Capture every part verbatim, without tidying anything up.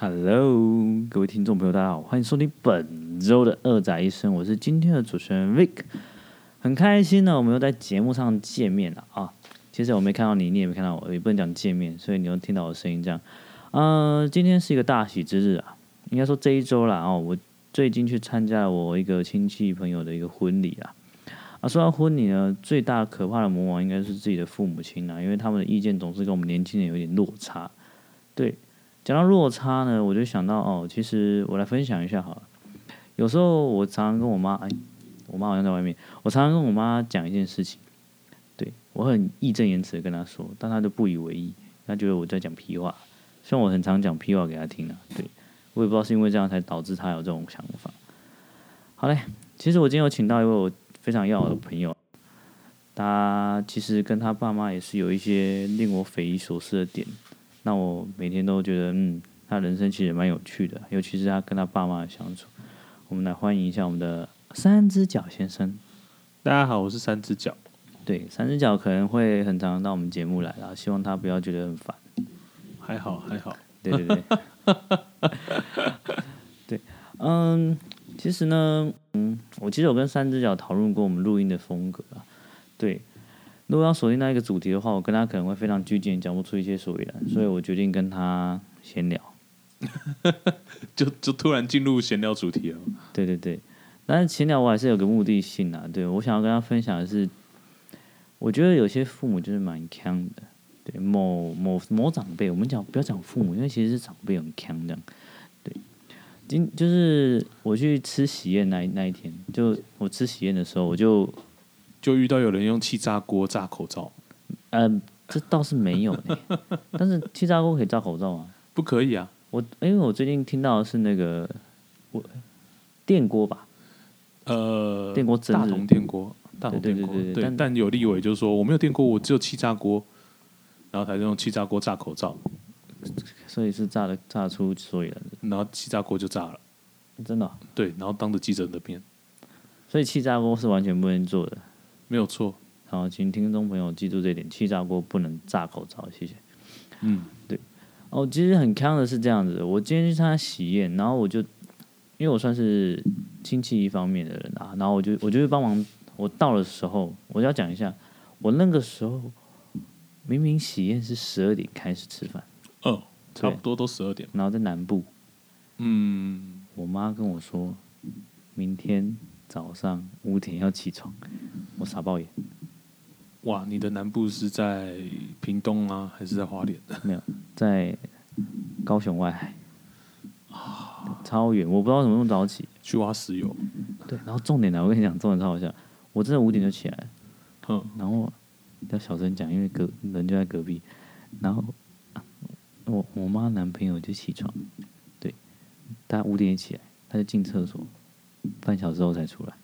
Hello，各位听众朋友，大家好，欢迎收听本周的二仔医生，我是今天的主持人 Vic， 很开心呢，我们又在节目上见面了啊。其实我没看到你，你也没看到我，也不能讲见面，所以你又听到我的声音这样。呃，今天是一个大喜之日啊，应该说这一周啦哦，我最近去参加了我一个亲戚朋友的一个婚礼啦。啊，说到婚礼呢，最大可怕的魔王应该是自己的父母亲啦，因为他们的意见总是跟我们年轻人有点落差，对。讲到落差呢，我就想到哦，其实我来分享一下好了。有时候我常常跟我妈，哎，我妈好像在外面，我常常跟我妈讲一件事情，对我很义正言辞的跟她说，但她就不以为意，她觉得我在讲屁话。虽然我很常讲屁话给她听啊，对我也不知道是因为这样才导致她有这种想法。好嘞，其实我今天有请到一位我非常要好的朋友，他其实跟他爸妈也是有一些令我匪夷所思的点。那我每天都觉得，嗯，他人生其实蛮有趣的，尤其是他跟他爸妈的相处。我们来欢迎一下我们的三只脚先生。 大家好，我是三只脚。 对，三只脚可能会很常到我们节目来啦，希望他不要觉得很烦。 还好，还好。 对对对，对，嗯，其实呢，嗯，我其实有跟三只脚讨论过我们录音的风格啊，对。如果要锁定那一个主题的话，我跟他可能会非常拘谨，讲不出一些所以然，所以我决定跟他闲聊， 就就突然进入闲聊主题了。 对对对，但是闲聊我还是有个目的性啊，对我想要跟他分享的是，我觉得有些父母就是蛮强的，对某某某长辈，我们讲不要讲父母，因为其实是长辈很强这样，对，今就是我去吃喜宴那那一天，就我吃喜宴的时候，我就。 就遇到有人用气炸锅炸口罩， 呃，这倒是没有呢。但是气炸锅可以炸口罩吗？ 不可以啊。 我因为我最近听到的是那个我电锅吧， 呃， 电锅真大同电锅，大同电锅， 对对对对对但但有立委就说我没有电锅，我只有气炸锅，然后他就用气炸锅炸口罩， 所以是炸的炸出所以然的， 然后气炸锅就炸了， 真的哦、 对，然后当着记者的面， 所以气炸锅是完全不能做的。 没有错。 好，请听众朋友记住这一点：气炸锅不能炸口罩，谢谢。 嗯， 对。哦，其实很坑的是这样子的，我今天去参加喜宴，然后我就因为我算是亲戚一方面的人啊，然后我就我就去帮忙。我到的时候，我就要讲一下，我那个时候明明喜宴是十二点开始吃饭， 哦，差不多都十二点， 然后在南部， 嗯， 我妈跟我说，明天早上五点要起床，我傻爆眼。 哇，你的南部是在屏东啊，还是在花莲？ 没有，在高雄外海，超远，我不知道为什么那么早起。 去挖石油。 对，然后重点呢，我跟你讲，重点超好笑。我真的五点就起来了， 嗯， 然后要小声讲，因为隔人就在隔壁。然后我我妈男朋友就起床，对，他五点起来，他就进厕所，半小时后才出来。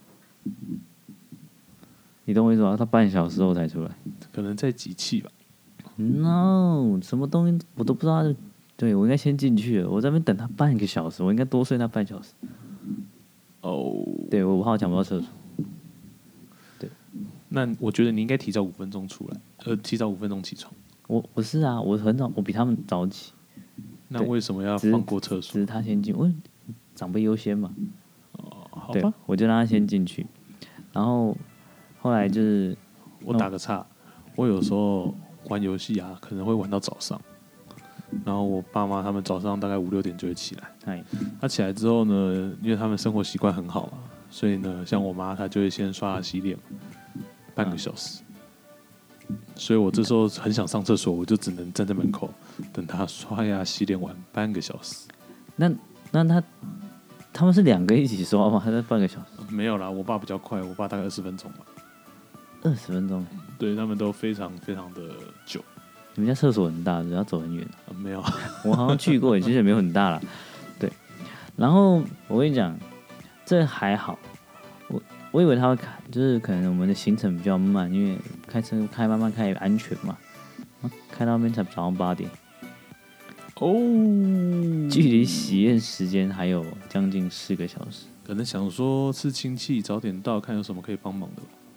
你懂我意思吗？他半小时后才出来。 可能在集气吧。 No， 什么东西我都不知道。对，我应该先进去了，我在那边等他半个小时，我应该多睡那半小时。 哦， 对，我怕我抢不到厕所。对， 那我觉得你应该提早五分钟出来，呃，提早五分钟起床。 我不是啊，我很早，我比他们早起。 那为什么要放过厕所？ 只是他先进，我长辈优先嘛。 哦，好对吧，， 我就让他先进去，然后后来就是我打个岔，我有时候玩游戏啊，可能会玩到早上，然后我爸妈他们早上大概五六点就会起来。 哎， 他起来之后呢，因为他们生活习惯很好啊，所以呢，像我妈她就会先刷牙洗脸，半个小时。所以我这时候很想上厕所，我就只能站在门口等他刷牙洗脸完半个小时。 那那他他们是两个一起刷吗？还是半个小时？ 没有啦，我爸比较快，我爸大概二十分钟吧。 二十分钟？ 对，他们都非常非常的久。 你们家厕所很大，只要走很远、啊呃、没有， 我好像去过，其实也没有很大啦。对，然后我跟你讲，这还好。我我以为他会开，就是可能我们的行程比较慢，因为开车开慢慢开安全嘛。啊、开到那边才早上八点。 哦， 距离喜宴时间还有将近四个小时。 可能想说是亲戚早点到，看有什么可以帮忙的吧。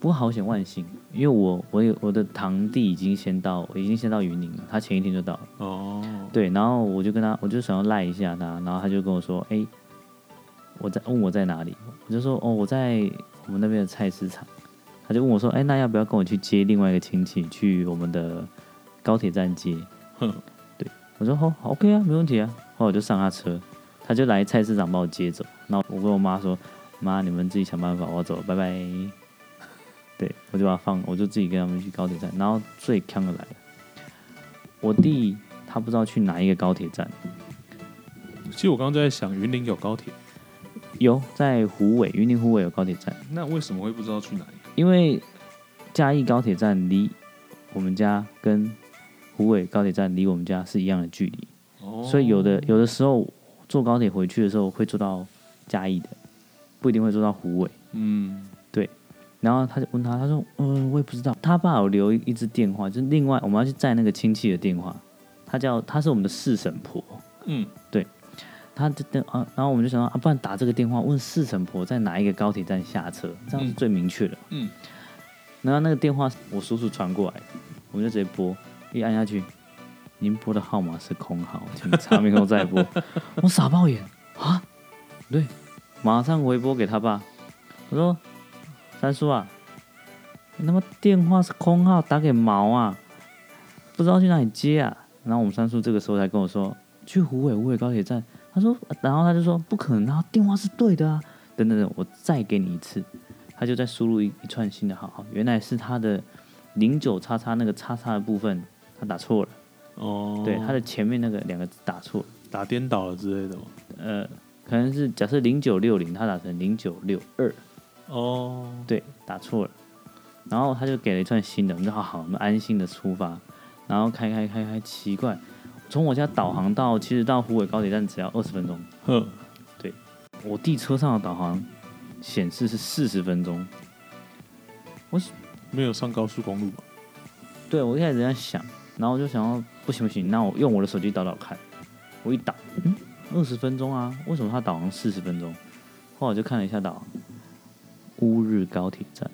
不过好险万幸，因为我我有我的堂弟已经先到，已经先到云林了，他前一天就到了。 哦， 对，然后我就跟他，我就想要赖一下他，然后他就跟我说，哎、我在问我在哪里，我就说哦我在我们那边的菜市场，他就问我说，哎、那要不要跟我去接另外一个亲戚去我们的高铁站接？ 哼， 对，我说哦 OK 啊，没问题啊，后来我就上他车，他就来菜市场把我接走，然后我跟我妈说，妈你们自己想办法，我要走了，拜拜。对，我就把他放，我就自己跟他们去高铁站，然后最坑的来了，我弟他不知道去哪一个高铁站， 其实我刚刚就在想，云林有高铁， 有在虎尾，云林虎尾有高铁站， 那为什么会不知道去哪里？ 因为嘉义高铁站离我们家跟虎尾高铁站离我们家是一样的距离， 哦， 所以有的有的时候坐高铁回去的时候会坐到嘉义的，不一定会坐到虎尾。 嗯， 对。然后他就问他，他说：“嗯，我也不知道。”他爸有留一支电话，就是另外我们要去载那个亲戚的电话，他叫他是我们的四婶婆， 嗯， 对，他的电啊，然后我们就想到啊，不然打这个电话问四婶婆在哪一个高铁站下车，这样是最明确的。 嗯， 然后那个电话我叔叔传过来，我们就直接拨，一按下去，您拨的号码是空号，请查明后再拨。我傻爆眼啊！对，马上回拨给他爸，我说：“三叔啊，你他妈电话是空号，打给毛啊，不知道去哪里接啊。”然后我们三叔这个时候才跟我说：“去虎尾虎尾高铁站。”他说，然后他就说：“不可能啊，电话是对的啊。”等等等，我再给你一次。他就再输入一一串新的号，原来是他的零九叉叉那个叉叉的部分他打错了。 哦， 对，他的前面那个两个字打错了， 打颠倒了之类的吗？ 呃，可能是假设零九六零，他打成零九六二， 哦， 对，打错了。然后他就给了一串新的，我们就好好，我们安心的出发，然后开开开开，奇怪，从我家导航到其实到虎尾高铁站只要二十分钟， 哼， 对，我弟车上的导航显示是四十分钟，我没有上高速公路吧？ 对我一开始在想，然后我就想要不行不行，那我用我的手机导导看，我一导，嗯，二十分钟啊，为什么他导航四十分钟？后来我就看了一下导航，乌日高铁站。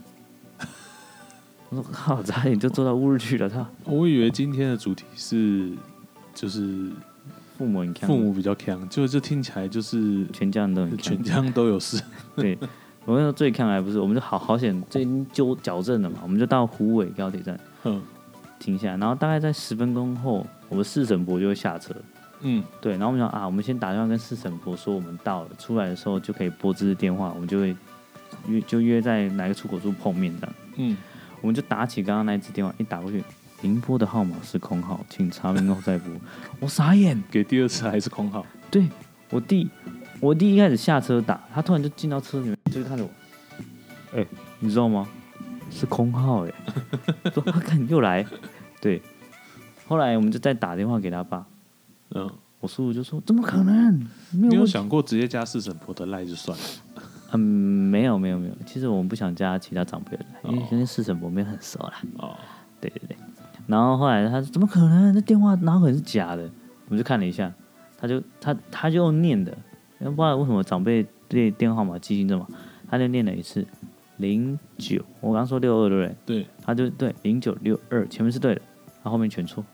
我说靠，差点就坐到乌日去了，操！ 我以为今天的主题是就是父母很强， 父母比较强，就这听起来就是全家人都很强， 全家都有事。 对，我跟你说最强还不是，我们就好好险，这已经纠矫正了嘛，我们就到虎尾高铁站嗯停下来，然后大概在十分钟后，我们四婶婆就会下车。 嗯， 对，然后我们想啊，我们先打电话跟四婶婆说我们到了，出来的时候就可以拨这支电话，我们就会约就约在哪个出口处碰面这样。 嗯， 我们就打起刚刚那一支电话，一打过去，您拨的号码是空号，请查明后再拨。我傻眼， 给第二次还是空号。 对我弟，我弟一开始下车打，他突然就进到车里面，就看着我，哎、欸，你知道吗？是空号哎、欸，说他看又来，对。后来我们就再打电话给他爸， 嗯， 我叔叔就说：“怎么可能？没有你有想过直接加四婶婆的赖就算了？ 嗯，没有没有没有，其实我们不想加其他长辈的赖，因为哦跟四婶婆没有很熟啦。 哦， 对对对。然后后来他说：怎么可能？那电话哪可能是假的？我们就看了一下，他就他他就用念的，不知道为什么长辈对电话号码记性这么好，他就念了一次零九，我刚刚说六二对不对？ 对， 他就对零九六二前面是对的，他后面全错。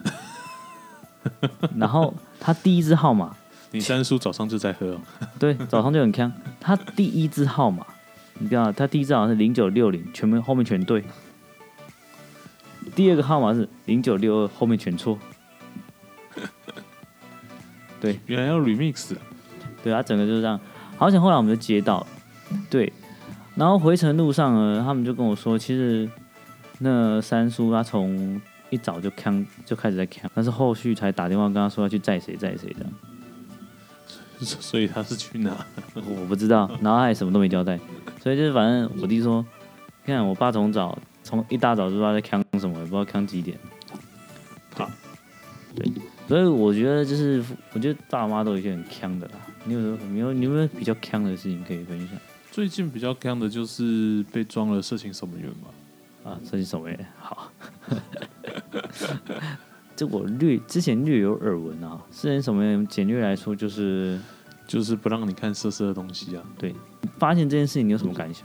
然后他第一支号码， 你三叔早上就在喝哦。 对，早上就很强。他第一支号码，你知道，他第一支好像是零九六零，全面后面全对。第二个号码是零九六二，后面全错。对， 原来要 remix 啊。 对，他整个就是这样。好险，后来我们就接到了，对。然后回程路上呢，他们就跟我说，其实那三叔他从一早就扛就开始在扛，但是后续才打电话跟他说要去载谁载谁这样。 所以他是去哪？ 我不知道，然后他也什么都没交代，所以就是反正我弟说，看我爸从早从一大早就知道在扛什么，也不知道扛几点。 好， 对，所以我觉得就是我觉得爸妈都有一些很扛的啦。你有你有你有没有比较扛的事情可以分享？ 最近比较强的就是被装了色情守门员吧。 啊，色情守门员好，这我略之前略有耳闻啊。色情守门员简略来说就是就是不让你看色色的东西啊。 对，发现这件事情你有什么感想？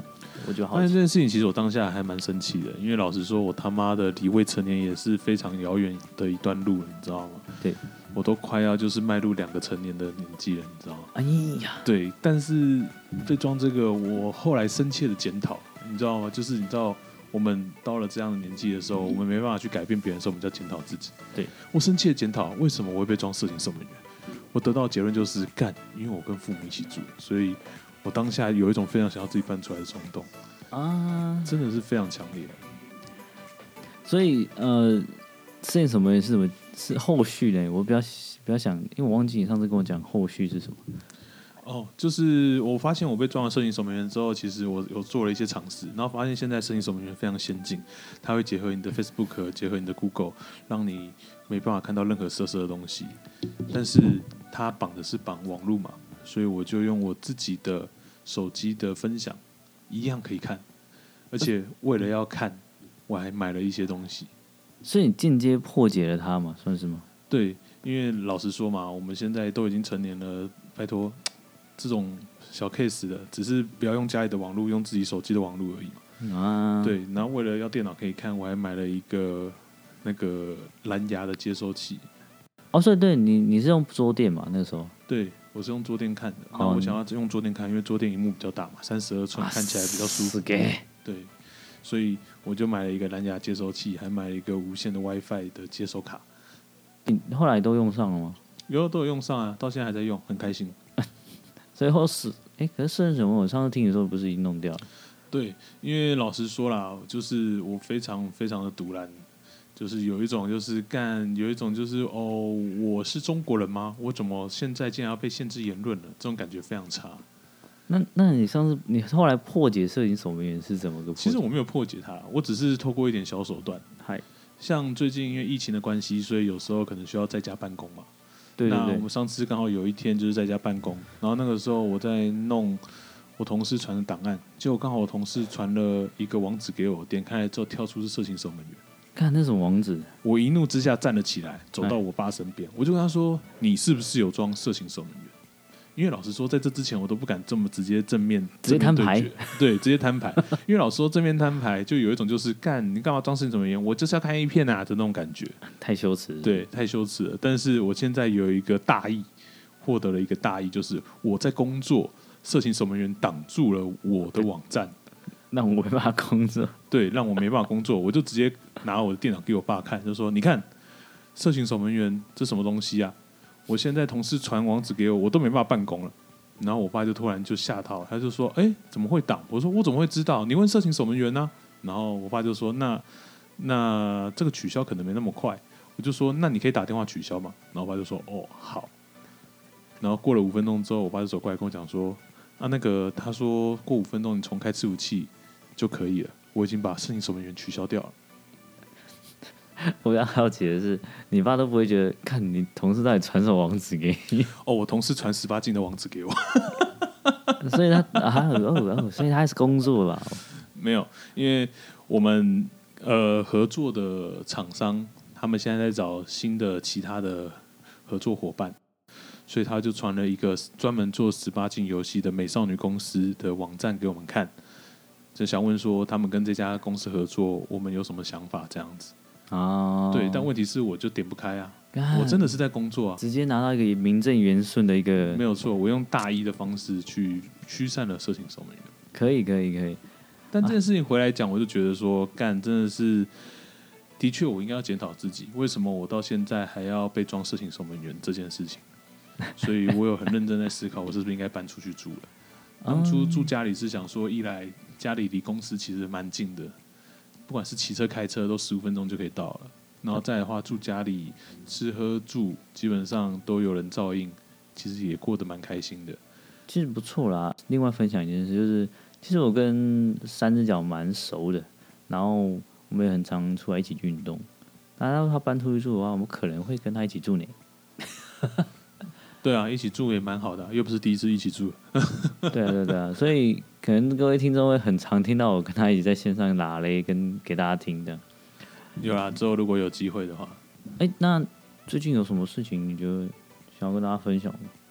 我觉得好奇。 但是这件事情其实我当下还蛮生气的，因为老实说，我他妈的离未成年也是非常遥远的一段路了，你知道吗？ 对， 我都快要就是迈入两个成年的年纪了，你知道吗？ 哎呀， 对，但是被装这个，我后来深切的检讨，你知道吗？就是你知道，我们到了这样的年纪的时候，我们没办法去改变别人的时候，我们就要检讨自己。 对， 我深切的检讨，为什么我会被装色情守门员？我得到的结论就是干，因为我跟父母一起住，所以我当下有一种非常想要自己搬出来的冲动啊，真的是非常强烈。 所以呃，色情守门员是什么？是后续呢？我比较比较想，因为我忘记你上次跟我讲后续是什么。 哦，就是我发现我被装了色情守门员之后，其实我有做了一些尝试，然后发现现在色情守门员非常先进，它会结合你的 Facebook， 结合你的 Google， 让你没办法看到任何色色的东西，但是它绑的是绑网路嘛，所以我就用我自己的手机的分享，一样可以看，而且为了要看，我还买了一些东西。 所以你间接破解了它嘛，算是吗？ 对，因为老实说嘛，我们现在都已经成年了，拜托。这种小 case 的，只是不要用家里的网络，用自己手机的网络而已嘛。啊，对。然后为了要电脑可以看，我还买了一个那个蓝牙的接收器。 哦，所以对你你是用桌垫嘛？那个时候？ 对，我是用桌垫看的。然后我想要用桌垫看，因为桌垫萤幕比较大嘛，三十二寸，看起来比较舒服。对，所以我就买了一个蓝牙接收器，还买了一个无线的 WiFi 的接收卡。 你后来都用上了吗？ 有，都有用上啊，到现在还在用，很开心。 所以后是哎，可是圣什么？我上次听你说不是已经弄掉了？ 对，因为老实说啦，就是我非常非常的独揽，就是有一种就是干，有一种就是哦，我是中国人吗？我怎么现在竟然要被限制言论了？这种感觉非常差。 那那你上次你后来破解色情守门员是怎么个破解？ 其实我没有破解它，我只是透过一点小手段。 嗨， 像最近因为疫情的关系，所以有时候可能需要在家办公嘛。 对对对， 那我们上次刚好有一天就是在家办公，然后那个时候我在弄我同事传的档案，结果刚好我同事传了一个网址给我，点开来之后跳出是色情守门员。 看那什么网址， 我一怒之下站了起来，走到我爸身边，我就跟他说：“你是不是有装色情守门员？”因为老实说，在这之前我都不敢这么直接正面直接摊牌， 对，直接摊牌。因为老实说，正面摊牌就有一种就是干你干嘛装色情守门员？我就是要看 A 片啊的那种感觉， 太羞耻了。 对，太羞耻了。但是我现在有一个大义，获得了一个大义，就是我在工作，色情守门员挡住了我的网站， 让我没办法工作。 对，让我没办法工作，我就直接拿我的电脑给我爸看，就说：“你看，色情守门员这什么东西啊？我现在同事传网址给我，我都没办法办公了。”然后我爸就突然就吓到，他就说：“哎，怎么会挡？”我说：“我怎么会知道？你问色情守门员呢？”然后我爸就说：“那那这个取消可能没那么快。”我就说：“那你可以打电话取消嘛？”然后我爸就说：“哦，好。”然后过了五分钟之后，我爸就走过来跟我讲说：“啊，那个他说过五分钟你重开伺服器就可以了，我已经把色情守门员取消掉了。” 我比较好奇的是，你爸都不会觉得，看你同事到底传什么网址给你？ 哦，我同事传十八禁的网址给我， 所以他啊哦哦，所以他还是工作吧？ 没有，因为我们呃合作的厂商，他们现在在找新的其他的合作伙伴，所以他就传了一个专门做十八禁游戏的美少女公司的网站给我们看，就想问说他们跟这家公司合作，我们有什么想法这样子。哦，对，但问题是我就点不开啊，我真的是在工作啊， 直接拿到一个名正言顺的一个， 没有错，我用大一的方式去驱散了色情守门员， 可以可以可以。 但这件事情回来讲，我就觉得说，干真的是，的确我应该要检讨自己，为什么我到现在还要被装色情守门员这件事情，所以我有很认真在思考，我是不是应该搬出去住了。当初住家里是想说，一来家里离公司其实蛮近的。不管是骑车开车都十五分钟就可以到了，然后再来的话住家里吃喝住基本上都有人照应，其实也过得蛮开心的， 其实不错啦。另外分享一件事，就是其实我跟三只脚蛮熟的，然后我们也很常出来一起运动。那要他搬出去住的话，我们可能会跟他一起住呢。 对啊，一起住也蛮好的、啊，又不是第一次一起住。 对啊，对啊，对啊，所以可能各位听众会很常听到我跟他一起在线上拉嘞，跟给大家听的。 有啦，之后如果有机会的话， 哎，那最近有什么事情你就想要跟大家分享吗？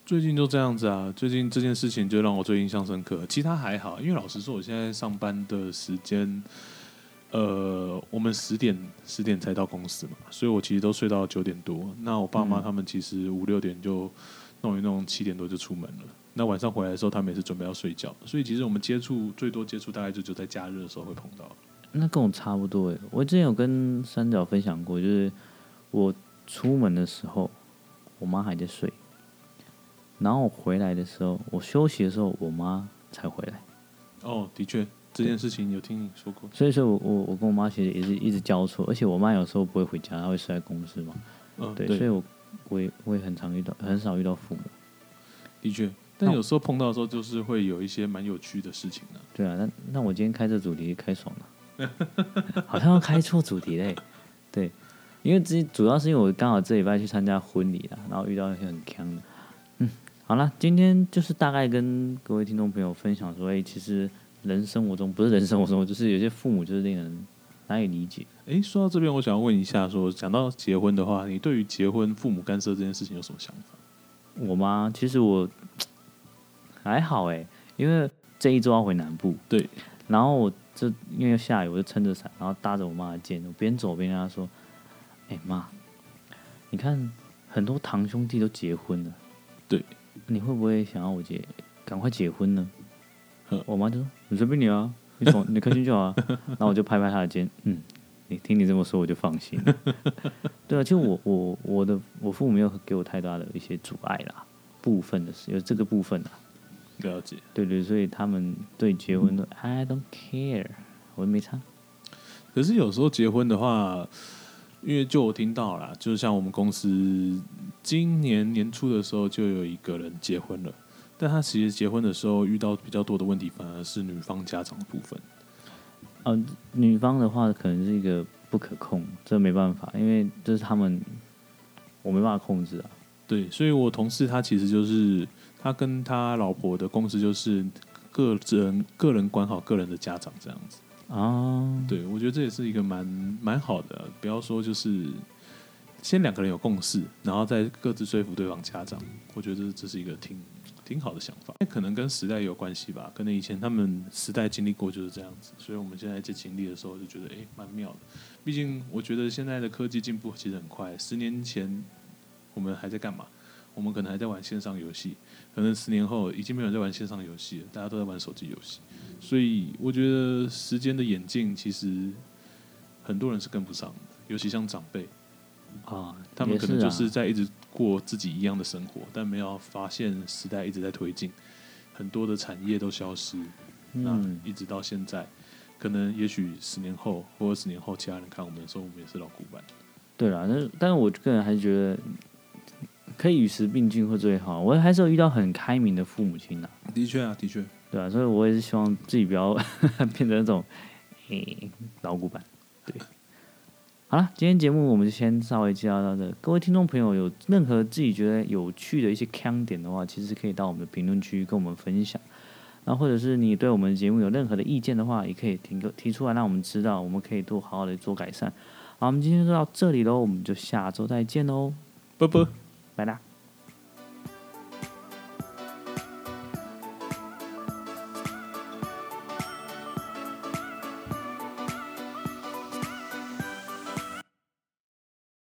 最近就这样子啊，最近这件事情就让我最印象深刻。其他还好，因为老实说，我现在上班的时间，呃，我们十点十点才到公司嘛，所以我其实都睡到九点多。那我爸妈他们其实五六点就弄一弄，七点多就出门了。那晚上回来的时候，他们也是准备要睡觉，所以其实我们接触最多接触大概就只有在假日的时候会碰到。 那跟我差不多诶。我之前有跟三角分享过，就是我出门的时候，我妈还在睡，然后我回来的时候，我休息的时候，我妈才回来。 哦，的确，这件事情有听你说过。 所以说我我我跟我妈其实也是一直交错，而且我妈有时候不会回家，她会睡在公司嘛。 嗯， 对， 对， 所以我我也我也很常遇到，很少遇到父母。 的确，但有时候碰到的时候，就是会有一些蛮有趣的事情呢、 对啊，那那我今天开这主题开爽了，好像要开错主题嘞。对，因为这主要是因为我刚好这礼拜去参加婚礼啦，然后遇到一些很强的。嗯，好啦，今天就是大概跟各位听众朋友分享说，哎、其实人生活中不是人生活中，就是有些父母就是令人难以理解。 哎，说到这边，我想要问一下说，讲到结婚的话，你对于结婚父母干涉这件事情有什么想法？ 我妈其实我还好哎，因为这一周要回南部， 对， 然后我就因为下雨，我就撑着伞，然后搭着我妈的肩，我边走边跟她说：“哎、妈，你看很多堂兄弟都结婚了， 对， 你会不会想要我结赶快结婚呢？” 呵我妈就说：“你随便你啊，你爽你开心就好啊。”然后我就拍拍她的肩，嗯，你听你这么说我就放心了。对啊，其实我我我的我父母没有给我太大的一些阻碍啦，部分的是有这个部分啦。 了解。 对对，所以他们对结婚都 I don't care， 我没差。 可是有时候结婚的话，因为就我听到啦，就像我们公司今年年初的时候就有一个人结婚了，但他其实结婚的时候遇到比较多的问题，反而是女方家长的部分。 呃，女方的话可能是一个不可控，这没办法，因为这是他们，我没办法控制啊。 对，所以我同事他其实就是他跟他老婆的共识就是个人个人管好个人的家长这样子。 啊， 对，我觉得这也是一个蛮蛮好的，不要说就是先两个人有共识，然后再各自说服对方家长，我觉得这是一个挺挺好的想法。可能跟时代有关系吧，可能以前他们时代经历过就是这样子，所以我们现在在经历的时候就觉得哎蛮妙的。毕竟我觉得现在的科技进步其实很快，十年前我们还在干嘛？我们可能还在玩线上游戏，可能十年后已经没有人在玩线上游戏了，大家都在玩手机游戏。所以我觉得时间的演进，其实很多人是跟不上的，尤其像长辈啊， 他们可能也就是是在一直过自己一样的生活，但没有发现时代一直在推进，很多的产业都消失，那嗯， 一直到现在，可能也许十年后或者十年后，其他人看我们的时候，我们也是老古板。 对啦，但是但是我个人还是觉得可以与时并进会最好。我还是有遇到很开明的父母亲啦， 的确啊，的确， 对啊，所以我也是希望自己不要变成那种诶、老古板。对，好了，今天节目我们就先稍微介绍到这。各位听众朋友，有任何自己觉得有趣的一些腔点的话，其实可以到我们的评论区跟我们分享。然后或者是你对我们的节目有任何的意见的话，也可以提个提出来，让我们知道，我们可以多好好的做改善。好，我们今天就到这里喽，我们就下周再见喽， 啵啵。 拜啦。